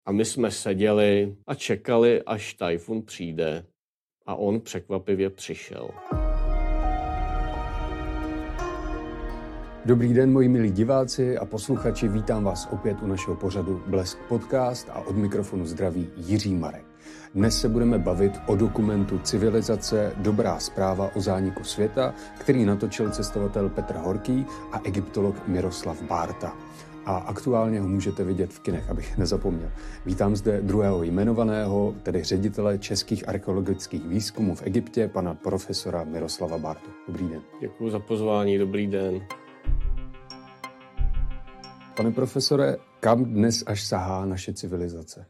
A my jsme seděli a čekali, až tajfun přijde. A on překvapivě přišel. Dobrý den, moji milí diváci a posluchači, vítám vás opět u našeho pořadu Blesk Podcast a od mikrofonu zdraví Jiří Marek. Dnes se budeme bavit o dokumentu Civilizace, dobrá zpráva o zániku světa, který natočil cestovatel Petr Horký a egyptolog Miroslav Bárta. A aktuálně ho můžete vidět v kinech, abych nezapomněl. Vítám zde druhého jmenovaného, tedy ředitele českých archeologických výzkumů v Egyptě, pana profesora Miroslava Bártu. Dobrý den. Děkuji za pozvání, dobrý den. Pane profesore, kam dnes až sahá naše civilizace?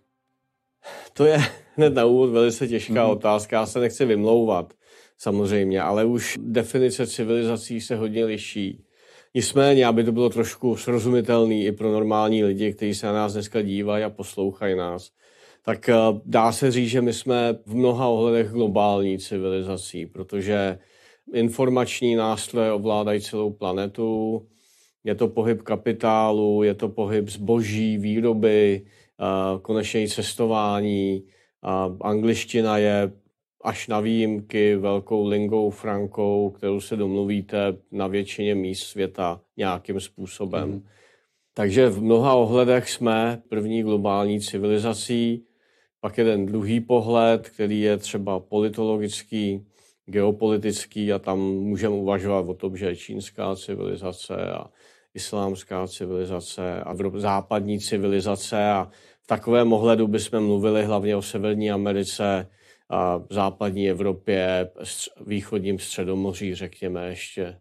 To je hned na úvod velice těžká otázka, já se nechci vymlouvat samozřejmě, ale už definice civilizací se hodně liší. Nicméně, aby to bylo trošku srozumitelný i pro normální lidi, kteří se na nás dneska dívají a poslouchají nás, tak dá se říct, že my jsme v mnoha ohledech globální civilizací, protože informační nástroje ovládají celou planetu, je to pohyb kapitálu, je to pohyb zboží, výroby, konečně i cestování. Angličtina je až na výjimky velkou lingou frankou, kterou se domluvíte na většině míst světa nějakým způsobem. Takže v mnoha ohledech jsme první globální civilizací. Pak je ten druhý pohled, který je třeba politologický, geopolitický a tam můžeme uvažovat o tom, že je čínská civilizace a islámská civilizace a západní civilizace a v takovém ohledu bychom mluvili hlavně o Severní Americe a západní Evropě, východním Středomoří, řekněme ještě.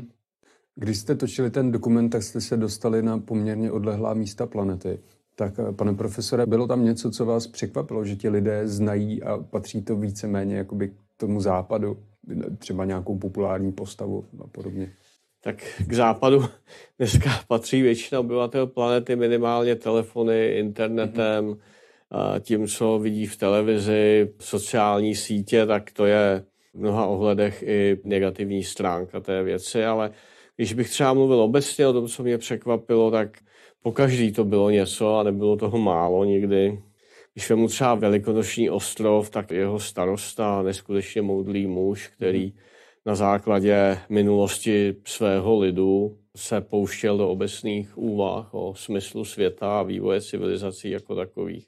Když jste točili ten dokument, tak jste se dostali na poměrně odlehlá místa planety. Tak, pane profesore, bylo tam něco, co vás překvapilo, že ti lidé znají a patří to víceméně jakoby k tomu západu, třeba nějakou populární postavu a podobně? Tak k západu dneska patří většina obyvatel planety minimálně telefony, internetem, tím, co vidí v televizi, sociální sítě, tak to je v mnoha ohledech i negativní stránka té věci, ale když bych třeba mluvil obecně o tom, co mě překvapilo, tak pokaždý to bylo něco a nebylo toho málo nikdy. Když vemu třeba Velikonoční ostrov, tak jeho starosta, neskutečně moudrý muž, který na základě minulosti svého lidu se pouštěl do obecných úvah o smyslu světa a vývoje civilizací jako takových.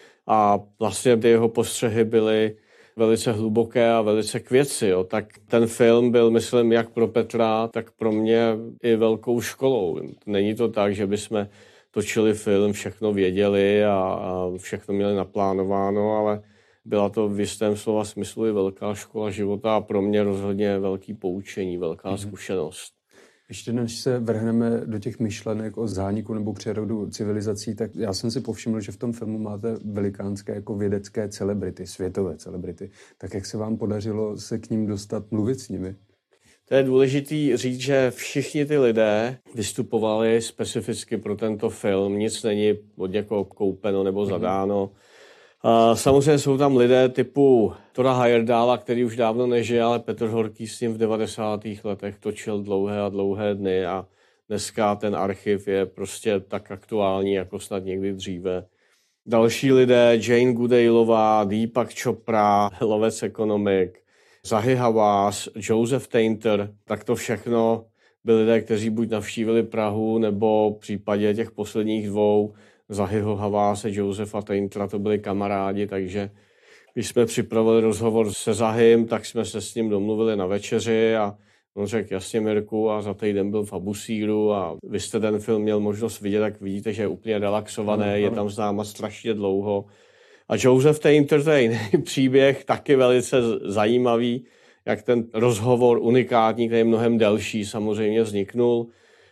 A vlastně ty jeho postřehy byly velice hluboké a velice k věci. Jo. Tak ten film byl, myslím, jak pro Petra, tak pro mě i velkou školou. Není to tak, že bychom točili film, všechno věděli a všechno měli naplánováno, ale byla to v jistém slova smyslu i velká škola života a pro mě rozhodně velký poučení, velká zkušenost. Ještě než se vrhneme do těch myšlenek o zániku nebo přerodu civilizací, tak já jsem si povšiml, že v tom filmu máte velikánské jako vědecké celebrity, světové celebrity. Tak jak se vám podařilo se k ním dostat, mluvit s nimi? To je důležitý říct, že všichni ty lidé vystupovali specificky pro tento film. Nic není od někoho koupeno nebo zadáno. Samozřejmě jsou tam lidé typu Thora Heyerdahl, který už dávno nežije, ale Petr Horký s ním v 90. letech točil dlouhé a dlouhé dny a dneska ten archiv je prostě tak aktuální, jako snad někdy dříve. Další lidé, Jane Goodaleová, Deepak Chopra, lovec ekonomik, Zahi Hawass, Joseph Tainter, tak to všechno byli lidé, kteří buď navštívili Prahu, nebo v případě těch posledních dvou Zahiho Hawasse, Josefa Taintera, to byli kamarádi, takže když jsme připravili rozhovor se Zahim, tak jsme se s ním domluvili na večeři a on řekl, jasně Mirku, a za týden byl v Abusíru a vy jste ten film měl možnost vidět, tak vidíte, že je úplně relaxované, je tam s náma strašně dlouho. A Joseph Tainter, to je jiný příběh, taky velice zajímavý, jak ten rozhovor unikátní, který je mnohem delší, samozřejmě vzniknul.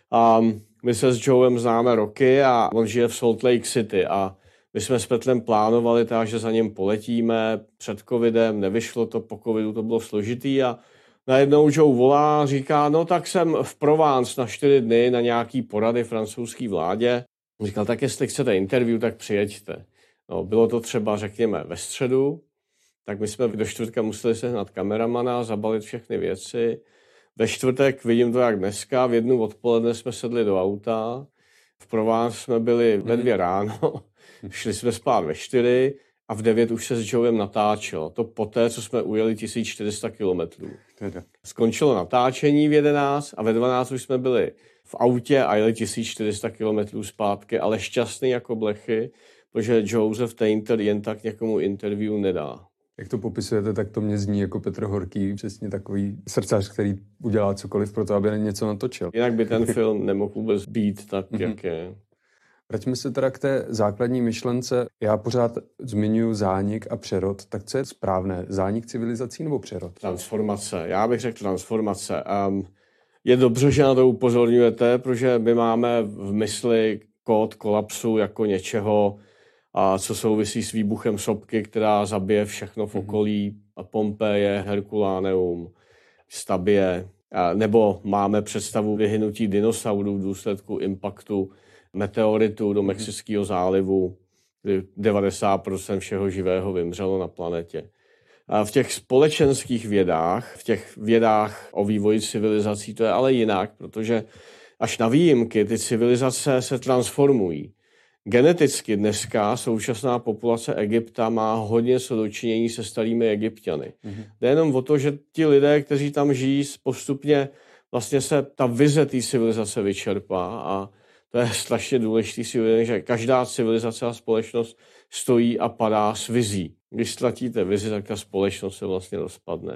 A my se s Joem známe roky a on žije v Salt Lake City a my jsme s Petrem plánovali tak, že za ním poletíme před covidem, nevyšlo to, po covidu to bylo složitý a najednou Joe volá a říká, no tak jsem v Provence na 4 dny na nějaký porady francouzské vládě. Říkal, tak jestli chcete interview, tak přijeďte. No, bylo to třeba, řekněme, ve středu, tak my jsme do čtvrtka museli sehnat kameramana, zabalit všechny věci. Ve čtvrtek, vidím to jak dneska, v 1 odpoledne jsme sedli do auta. V Provence jsme byli ve 2 ráno Šli jsme spát ve 4 a v 9 už se s Joem natáčelo. To poté, co jsme ujeli 1400 kilometrů. Skončilo natáčení v 11 a ve 12 už jsme byli v autě a jeli 1400 kilometrů zpátky, ale šťastný jako blechy, protože Joseph Tainter jen tak někomu interview nedá. Jak to popisujete, tak to mě zní jako Petr Horký, přesně takový srdcař, který udělá cokoliv pro to, aby něco natočil. Jinak by ten film nemohl vůbec být tak, jak je. Vraťme se teda k té základní myšlence. Já pořád zmiňuji zánik a přerod. Tak co je správné? Zánik civilizací nebo přerod? Transformace. Já bych řekl transformace. Je dobře, že na to upozorňujete, protože my máme v mysli kód kolapsu jako něčeho, co souvisí s výbuchem sopky, která zabije všechno v okolí. Pompeje, Herkuláneum, Stabie. Nebo máme představu vyhynutí dinosaurů v důsledku impaktu meteoritu do Mexického zálivu, kdy 90% všeho živého vymřelo na planetě. A v těch společenských vědách, v těch vědách o vývoji civilizací, to je ale jinak, protože až na výjimky ty civilizace se transformují. Geneticky dneska současná populace Egypta má hodně co dočinění se starými Egypťany. Jde jenom o to, že ti lidé, kteří tam žijí, postupně vlastně se ta vize té civilizace vyčerpá a to je strašně důležité si uvědomit, že každá civilizace a společnost stojí a padá s vizí. Když ztratíte vizi, tak ta společnost se vlastně rozpadne.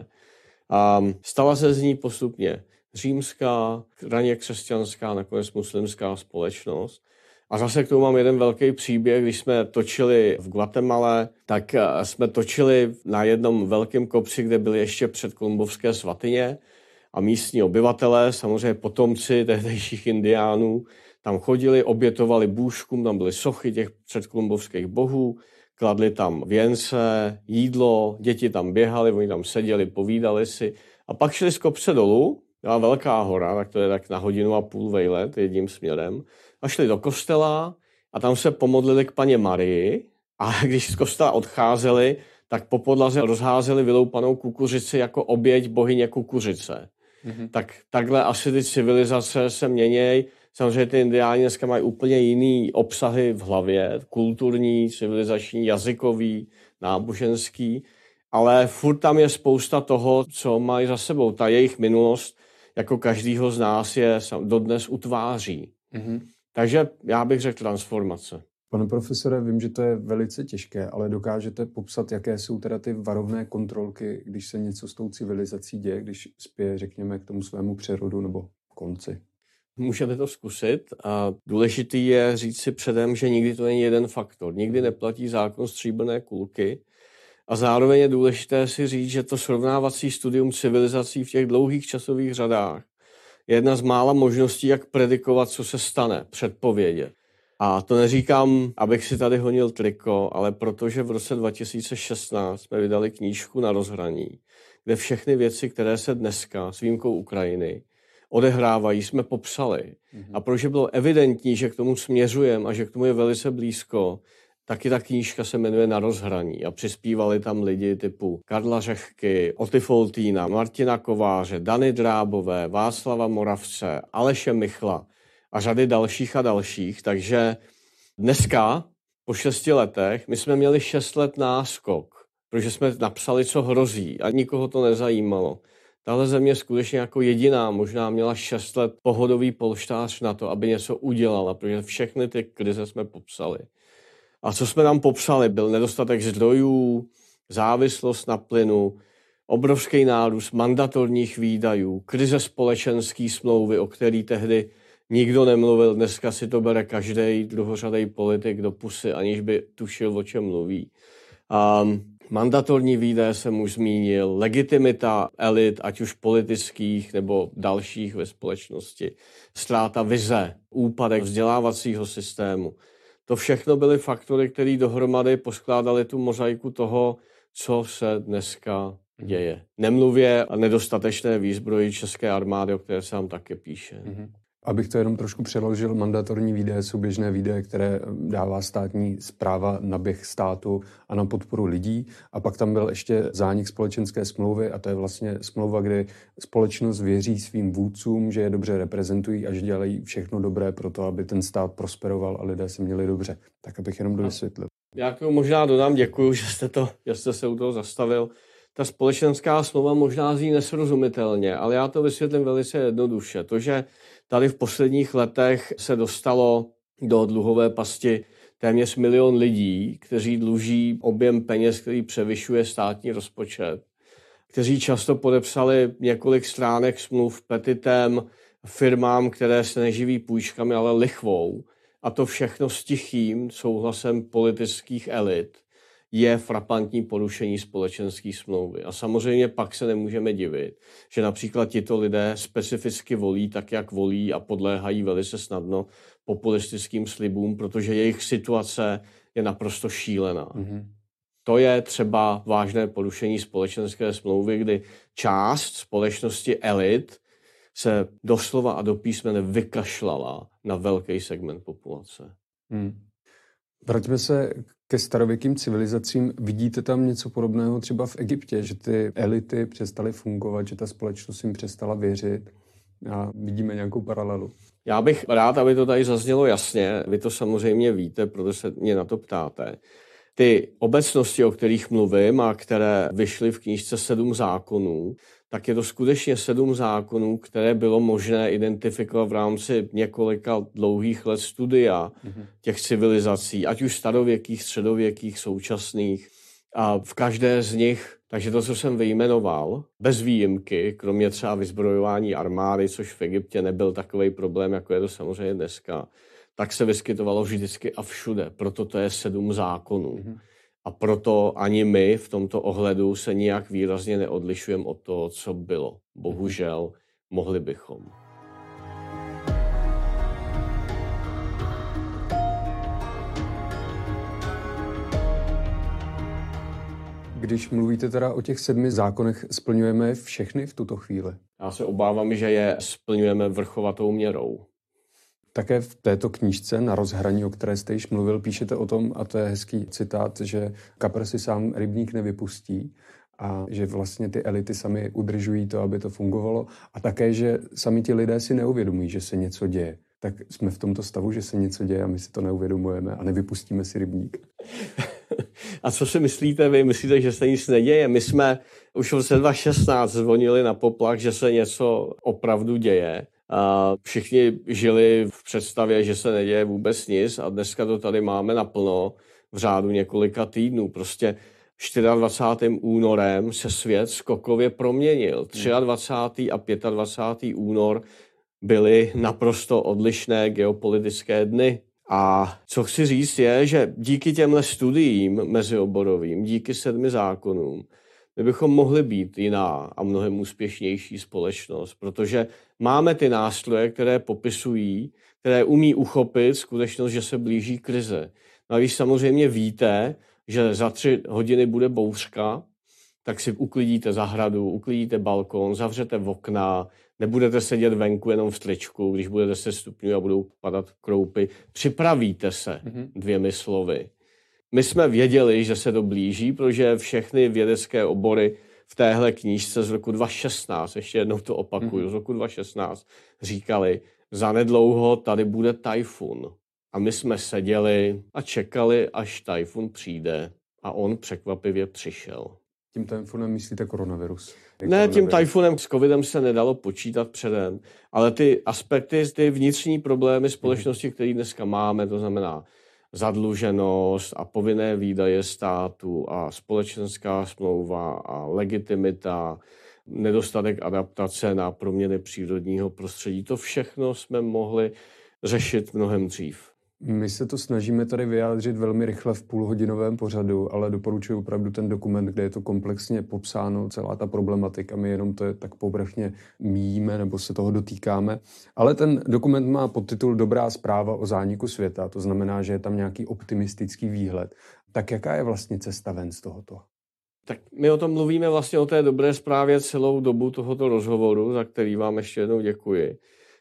A stala se z ní postupně římská, raně křesťanská, nakonec muslimská společnost. A zase k tomu mám jeden velký příběh. Když jsme točili v Guatemale, tak jsme točili na jednom velkém kopci, kde byly ještě předkolumbovské svatyně a místní obyvatelé, samozřejmě potomci tehdejších indiánů, tam chodili, obětovali bůžkům, tam byly sochy těch předkolumbovských bohů, kladli tam věnce, jídlo, děti tam běhali, oni tam seděli, povídali si a pak šli z kopce dolů, byla velká hora, tak to je tak na 1,5 hodiny vejlet jedním směrem, a šli do kostela a tam se pomodlili k Panně Marii a když z kostela odcházeli, tak po podlaze rozházeli vyloupanou kukuřici jako oběť bohyně kukuřice. Tak takhle asi ty civilizace se měnějí. Samozřejmě ty indiáni dneska mají úplně jiný obsahy v hlavě, kulturní, civilizační, jazykový, náboženský, ale furt tam je spousta toho, co mají za sebou. Ta jejich minulost, jako každýho z nás, je dodnes utváří. Takže já bych řekl transformace. Pane profesore, vím, že to je velice těžké, ale dokážete popsat, jaké jsou teda ty varovné kontrolky, když se něco s tou civilizací děje, když spěje, řekněme, k tomu svému přerodu nebo konci? Můžete to zkusit a důležitý je říct si předem, že nikdy to není jeden faktor. Nikdy neplatí zákon stříbrné kulky a zároveň je důležité si říct, že to srovnávací studium civilizací v těch dlouhých časových řadách je jedna z mála možností, jak predikovat, co se stane, předpovědět. A to neříkám, abych si tady honil triko, ale protože v roce 2016 jsme vydali knížku Na rozhraní, kde všechny věci, které se dneska s výjimkou Ukrajiny odehrávají, jsme popsali. A protože bylo evidentní, že k tomu směřujeme a že k tomu je velice blízko, taky ta knížka se jmenuje Na rozhraní a přispívali tam lidi typu Karla Řehky, Oty Foltýna, Martina Kováře, Dany Drábové, Václava Moravce, Aleše Michla a řady dalších a dalších. Takže dneska, po 6 letech, my jsme měli 6 let náskok, protože jsme napsali, co hrozí a nikoho to nezajímalo. Tahle země skutečně jako jediná možná měla 6 let pohodový polštář na to, aby něco udělala, protože všechny ty krize jsme popsali. A co jsme tam popsali, byl nedostatek zdrojů, závislost na plynu, obrovský nárůst mandatorních výdajů, krize společenské smlouvy, o který tehdy nikdo nemluvil, dneska si to bere každý druhořadý politik do pusy, aniž by tušil, o čem mluví. Mandatorní výdaje jsem už zmínil, legitimita elit, ať už politických nebo dalších ve společnosti, ztráta vize, úpadek vzdělávacího systému. To všechno byly faktory, které dohromady poskládaly tu mozaiku toho, co se dneska děje. Nemluvě o nedostatečné výzbroji české armády, o které se tam také píše. Abych to jenom trošku přeložil, mandatorní výdaje jsou běžné výdaje, které dává státní správa na běh státu a na podporu lidí. A pak tam byl ještě zánik společenské smlouvy a to je vlastně smlouva, kdy společnost věří svým vůdcům, že je dobře reprezentují a že dělají všechno dobré pro to, aby ten stát prosperoval a lidé se měli dobře. Tak abych jenom dovysvětlil. Já k tomu možná dodám, děkuju, že jste se u toho zastavil. Ta společenská smlouva možná zní nesrozumitelně, ale já to vysvětlím velice jednoduše. To, že tady v posledních letech se dostalo do dluhové pasti téměř 1 milion lidí, kteří dluží objem peněz, který převyšuje státní rozpočet, kteří často podepsali několik stránek smluv petitem firmám, které se neživí půjčkami, ale lichvou. A to všechno s tichým souhlasem politických elit je frapantní porušení společenské smlouvy. A samozřejmě pak se nemůžeme divit, že například tito lidé specificky volí tak, jak volí a podléhají velice snadno populistickým slibům, protože jejich situace je naprosto šílená. To je třeba vážné porušení společenské smlouvy, kdy část společnosti elit se doslova a do písmene vykašlala na velký segment populace. Vraťme se ke starověkým civilizacím. Vidíte tam něco podobného třeba v Egyptě, že ty elity přestaly fungovat, že ta společnost jim přestala věřit a vidíme nějakou paralelu? Já bych rád, aby to tady zaznělo jasně. Vy to samozřejmě víte, protože se mě na to ptáte. Ty obecnosti, o kterých mluvím a které vyšly v knížce 7 zákonů, tak je to skutečně 7 zákonů, které bylo možné identifikovat v rámci několika dlouhých let studia těch civilizací, ať už starověkých, středověkých, současných. A v každé z nich, takže to, co jsem vyjmenoval, bez výjimky, kromě třeba vyzbrojování armády, což v Egyptě nebyl takový problém, jako je to samozřejmě dneska, tak se vyskytovalo vždycky a všude. Proto to je 7 zákonů. A proto ani my v tomto ohledu se nijak výrazně neodlišujeme od toho, co bylo. Bohužel, mohli bychom. Když mluvíte teda o těch 7 zákonech, splňujeme všechny v tuto chvíli? Já se obávám, že je splňujeme vrchovatou měrou. Také v této knížce Na rozhraní, o které jste již mluvil, píšete o tom, a to je hezký citát, že kapr si sám rybník nevypustí a že vlastně ty elity sami udržují to, aby to fungovalo a také, že sami ti lidé si neuvědomují, že se něco děje. Tak jsme v tomto stavu, že se něco děje a my si to neuvědomujeme a nevypustíme si rybník. A co si myslíte vy? Myslíte, že se nic neděje? My jsme už v roce 2016 zvonili na poplach, že se něco opravdu děje. A všichni žili v představě, že se neděje vůbec nic a dneska to tady máme naplno v řádu několika týdnů. Prostě 24. únorem se svět skokově proměnil. 23. a 25. únor byly naprosto odlišné geopolitické dny. A co chci říct je, že díky těmhle studiím mezioborovým, díky 7 zákonům, my bychom mohli být jiná a mnohem úspěšnější společnost, protože máme ty nástroje, které popisují, které umí uchopit skutečnost, že se blíží krize. No a když samozřejmě víte, že za 3 hodiny bude bouřka, tak si uklidíte zahradu, uklidíte balkon, zavřete okna, nebudete sedět venku jenom v tričku, když bude 10 stupňů a budou padat kroupy. Připravíte se 2 slovy. My jsme věděli, že se to blíží, protože všechny vědecké obory v téhle knížce z roku 2016, ještě jednou to opakuju, z roku 2016 říkali, zanedlouho tady bude tajfun. A my jsme seděli a čekali, až tajfun přijde. A on překvapivě přišel. Tím tajfunem myslíte koronavirus? Ne, tím tajfunem s covidem se nedalo počítat předem, ale ty aspekty, ty vnitřní problémy společnosti, které dneska máme, to znamená zadluženost a povinné výdaje státu a společenská smlouva a legitimita, nedostatek adaptace na proměny přírodního prostředí, to všechno jsme mohli řešit mnohem dřív. My se to snažíme tady vyjádřit velmi rychle v půlhodinovém pořadu, ale doporučuji opravdu ten dokument, kde je to komplexně popsáno, celá ta problematika. My jenom to je tak povrchně míjíme nebo se toho dotýkáme. Ale ten dokument má podtitul Dobrá zpráva o zániku světa, to znamená, že je tam nějaký optimistický výhled. Tak jaká je vlastně cesta ven z tohoto? Tak my o tom mluvíme vlastně o té dobré zprávě celou dobu tohoto rozhovoru, za který vám ještě jednou děkuji.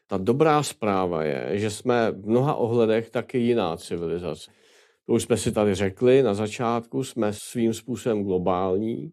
Ta dobrá zpráva je, že jsme v mnoha ohledech taky jiná civilizace. To už jsme si tady řekli na začátku, jsme svým způsobem globální.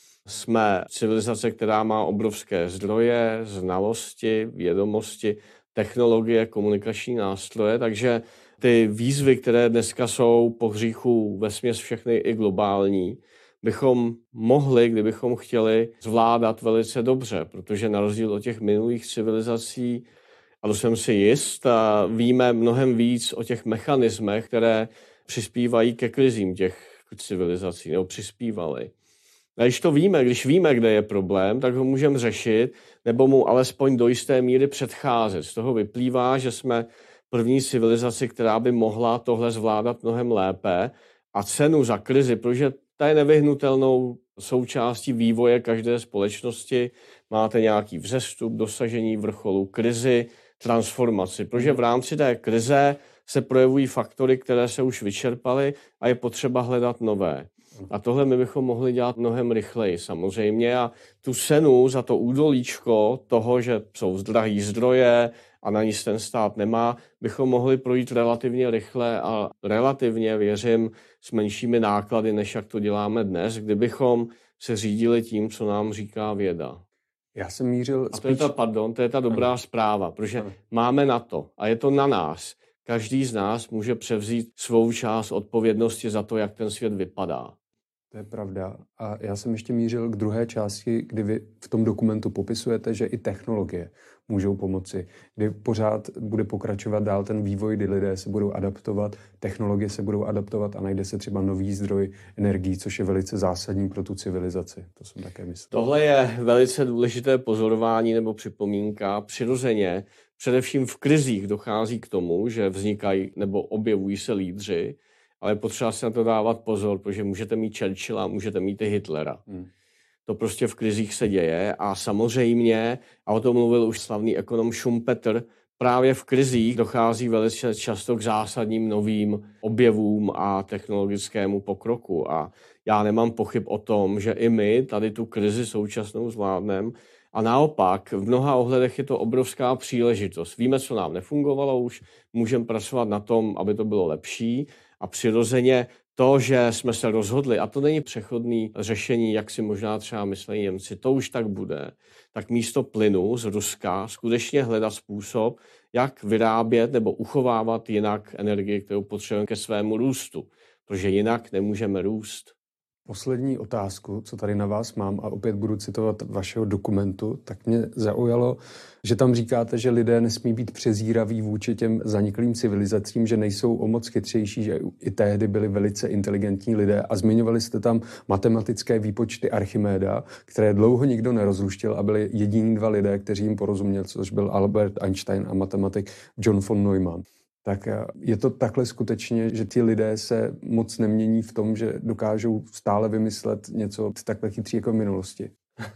Jsme civilizace, která má obrovské zdroje, znalosti, vědomosti, technologie, komunikační nástroje, takže ty výzvy, které dneska jsou po hříchu vesměs všechny i globální, bychom mohli, kdybychom chtěli, zvládat velice dobře, protože na rozdíl od těch minulých civilizací, a to jsem si jist, a víme mnohem víc o těch mechanismech, které přispívají ke krizím těch civilizací, nebo přispívaly. A když víme, kde je problém, tak ho můžeme řešit, nebo mu alespoň do jisté míry předcházet. Z toho vyplývá, že jsme první civilizaci, která by mohla tohle zvládat mnohem lépe a cenu za krizi, protože ta je nevyhnutelnou součástí vývoje každé společnosti. Máte nějaký vzestup, dosažení vrcholu, krizi, transformaci, protože v rámci té krize se projevují faktory, které se už vyčerpaly a je potřeba hledat nové. A tohle my bychom mohli dělat mnohem rychleji samozřejmě a tu cenu za to údolíčko toho, že jsou drahý zdroje a na nic ten stát nemá, bychom mohli projít relativně rychle a relativně, věřím, s menšími náklady, než jak to děláme dnes, kdybychom se řídili tím, co nám říká věda. Já jsem mířil a to je ta dobrá zpráva, protože máme na to a je to na nás. Každý z nás může převzít svou část odpovědnosti za to, jak ten svět vypadá. To je pravda. A já jsem ještě mířil k druhé části, kdy vy v tom dokumentu popisujete, že i technologie můžou pomoci, kdy pořád bude pokračovat dál ten vývoj, kdy lidé se budou adaptovat, technologie se budou adaptovat a najde se třeba nový zdroj energií, což je velice zásadní pro tu civilizaci. To jsem také myslel. Tohle je velice důležité pozorování nebo připomínka. Přirozeně, především v krizích dochází k tomu, že vznikají nebo objevují se lídři, ale je potřeba si na to dávat pozor, protože můžete mít Churchilla, můžete mít i Hitlera. To prostě v krizích se děje a samozřejmě, a o tom mluvil už slavný ekonom Schumpeter, právě v krizích dochází velice často k zásadním novým objevům a technologickému pokroku. A já nemám pochyb o tom, že i my tady tu krizi současnou zvládneme. A naopak, v mnoha ohledech je to obrovská příležitost. Víme, co nám nefungovalo už, můžeme pracovat na tom, aby to bylo lepší. A přirozeně to, že jsme se rozhodli, a to není přechodné řešení, jak si možná třeba myslí Němci, to už tak bude, tak místo plynu z Ruska skutečně hledat způsob, jak vyrábět nebo uchovávat jinak energii, kterou potřebujeme ke svému růstu, protože jinak nemůžeme růst. Poslední otázku, co tady na vás mám, a opět budu citovat vašeho dokumentu, tak mě zaujalo, že tam říkáte, že lidé nesmí být přezíraví vůči těm zaniklým civilizacím, že nejsou o moc chytřejší, že i tehdy byli velice inteligentní lidé a zmiňovali jste tam matematické výpočty Archiméda, které dlouho nikdo nerozluštil a byli jediní dva lidé, kteří jim porozuměli, což byl Albert Einstein a matematik John von Neumann. Tak je to takhle skutečně, že ti lidé se moc nemění v tom, že dokážou stále vymyslet něco takhle chytří jako v minulosti.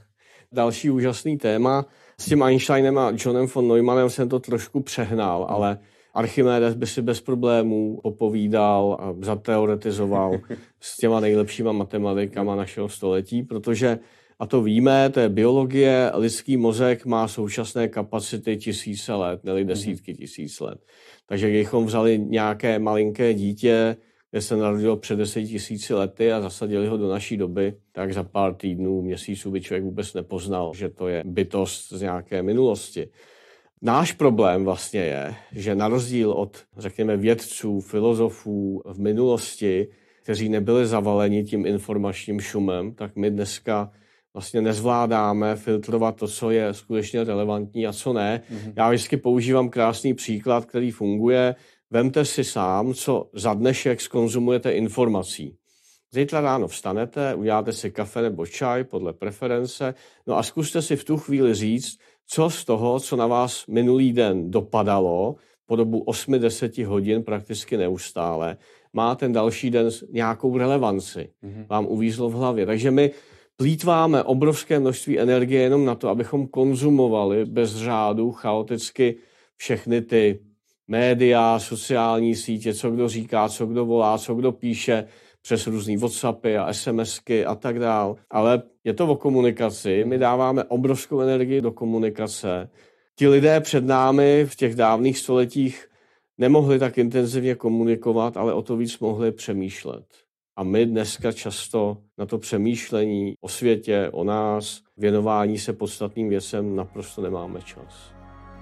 Další úžasný téma. S tím Einsteinem a Johnem von Neumannem jsem to trošku přehnal, ale Archimedes by si bez problémů popovídal a zateoretizoval s těma nejlepšíma matematikama našeho století, protože, a to víme, to je biologie, lidský mozek má současné kapacity tisíce let, ne desítky tisíc let. Takže kdybychom vzali nějaké malinké dítě, kde se narodilo před 10 000 lety a zasadili ho do naší doby, tak za pár týdnů, měsíců by člověk vůbec nepoznal, že to je bytost z nějaké minulosti. Náš problém vlastně je, že na rozdíl od, řekněme, vědců, filozofů v minulosti, kteří nebyli zavaleni tím informačním šumem, tak my dneska vlastně nezvládáme filtrovat to, co je skutečně relevantní a co ne. Já vždycky používám krásný příklad, který funguje. Vemte si sám, co za dnešek zkonzumujete informací. Zítra ráno vstanete, uděláte si kafe nebo čaj podle preference, no a zkuste si v tu chvíli říct, co z toho, co na vás minulý den dopadalo po dobu 8-10 hodin prakticky neustále, má ten další den nějakou relevanci. Vám uvízlo v hlavě. Takže my plýtváme obrovské množství energie jenom na to, abychom konzumovali bez řádu chaoticky všechny ty média, sociální sítě, co kdo říká, co kdo volá, co kdo píše přes různý WhatsAppy a SMSky a tak dál. Ale je to o komunikaci. My dáváme obrovskou energii do komunikace. ti lidé před námi v těch dávných stoletích nemohli tak intenzivně komunikovat, ale o to víc mohli přemýšlet. A my dneska často na to přemýšlení o světě, o nás, věnování se podstatným věcem naprosto nemáme čas.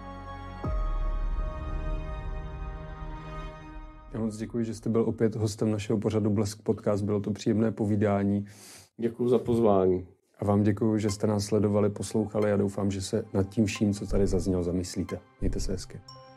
Já moc děkuji, že jste byl opět hostem našeho pořadu Blesk Podcast. Bylo to příjemné povídání. Děkuji za pozvání. A vám děkuji, že jste nás sledovali, poslouchali a doufám, že se nad tím vším, co tady zaznělo, zamyslíte. Mějte se hezky.